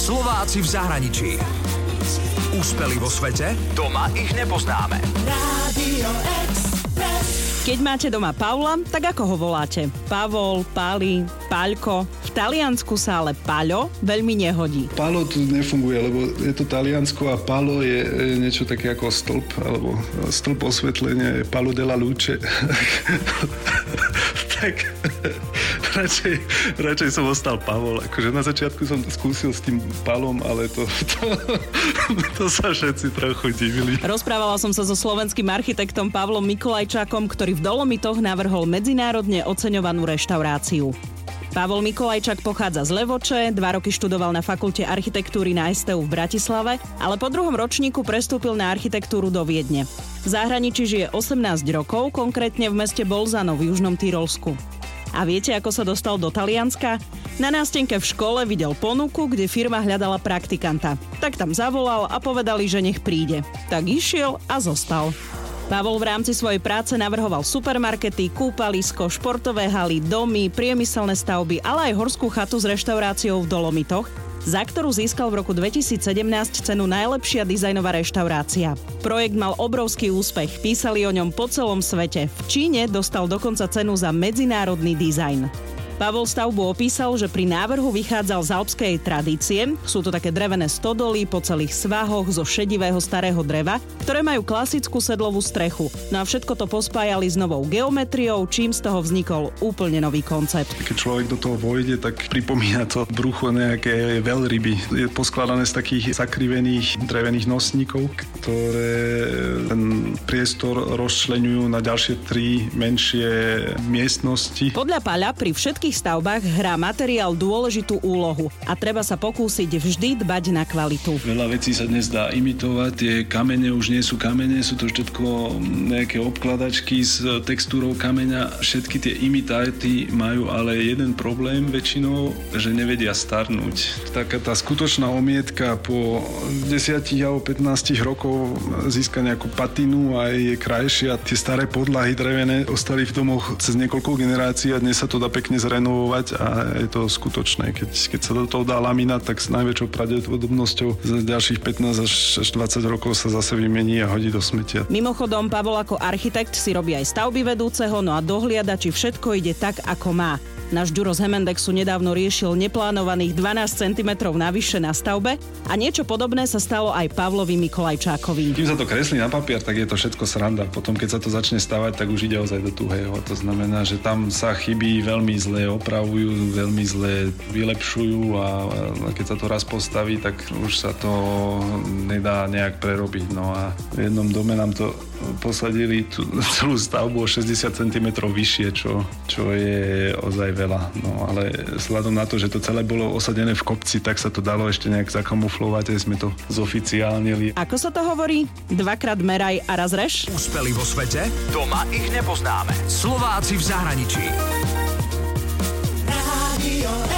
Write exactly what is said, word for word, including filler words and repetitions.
Slováci v zahraničí. Úspeli vo svete? Doma ich nepoznáme. Rádio Express. Keď máte doma Pavla, tak ako ho voláte? Pavol, Pali, Paľko. V Taliansku sa ale Paľo veľmi nehodí. Palo tu nefunguje, lebo je to Taliansko a Palo je niečo také ako stĺp, alebo stĺp osvetlenia je Palo della Luce. Tak radšej, radšej som ostal Pavol. Akože na začiatku som skúsil s tým Palom, ale to, to, to sa všetci trochu divili. Rozprávala som sa so slovenským architektom Pavlom Mikolajčákom, ktorý v Dolomitoch navrhol medzinárodne oceňovanú reštauráciu. Pavol Mikolajčák pochádza z Levoče, dva roky študoval na fakulte architektúry na es té ú v Bratislave, ale po druhom ročníku prestúpil na architektúru do Viedne. V zahraničí žije osemnásť rokov, konkrétne v meste Bolzano v južnom Tyrolsku. A viete, ako sa dostal do Talianska? Na nástenke v škole videl ponuku, kde firma hľadala praktikanta. Tak tam zavolal a povedali, že nech príde. Tak išiel a zostal. Pavol v rámci svojej práce navrhoval supermarkety, kúpalisko, športové haly, domy, priemyselné stavby, ale aj horskú chatu s reštauráciou v Dolomitoch, za ktorú získal v roku dvetisícsedemnásť cenu Najlepšia dizajnová reštaurácia. Projekt mal obrovský úspech, písali o ňom po celom svete. V Číne dostal dokonca cenu za medzinárodný dizajn. Pavol stavbu opísal, že pri návrhu vychádzal z alpskej tradície. Sú to také drevené stodoly po celých svahoch zo šedivého starého dreva, ktoré majú klasickú sedlovú strechu. No a všetko to pospájali s novou geometriou, čím z toho vznikol úplne nový koncept. Keď človek do toho vojde, tak pripomína to brucho nejaké veľryby. Je poskladané z takých zakrivených drevených nosníkov, ktoré ten priestor rozčleňujú na ďalšie tri menšie miestnosti. Podľa Paľa pri všetkých V stavbách hrá materiál dôležitú úlohu a treba sa pokúsiť vždy dbať na kvalitu. Veľa vecí sa dnes dá imitovať, tie kamene už nie sú kamene, sú to všetko nejaké obkladačky s textúrou kameňa. Všetky tie imitáty majú ale jeden problém väčšinou, že nevedia starnúť. Taká tá skutočná omietka po desiatich alebo pätnástich rokov získa nejakú patinu a je krajšia. Tie staré podlahy drevené ostali v domoch cez niekoľko generácií a dnes sa to dá pekne zrenovať renovovať a je to skutočné. Keď, keď sa do toho dá laminát, tak s najväčšou pravdepodobnosťou za ďalších pätnásť až dvadsať rokov sa zase vymení a hodí do smetia. Mimochodom, Pavol ako architekt si robí aj stavby vedúceho, no a dohliada, či všetko ide tak, ako má. Náš Ďuro z Hemendexu nedávno riešil neplánovaných dvanásť centimetrov navyše na stavbe a niečo podobné sa stalo aj Pavlovi Mikolajčákovi. Kým sa to kreslí na papier, tak je to všetko sranda. Potom, keď sa to začne stavať, tak už ide ozaj do tuhého. To znamená, že tam sa chyby veľmi zle opravujú, veľmi zle vylepšujú a keď sa to raz postaví, tak už sa to nedá nejak prerobiť. No a v jednom dome nám to posadili tú celú stavbu o šesťdesiat centimetrov vyššie, čo, čo je ozaj veľa. No ale vzhľadom na to, že to celé bolo osadené v kopci, tak sa to dalo ešte nejak zakamuflovať, aj sme to zoficiálnili. Ako sa to hovorí? Dvakrát meraj a raz rež? Úspeli vo svete? Doma ich nepoznáme. Slováci v zahraničí. Rádio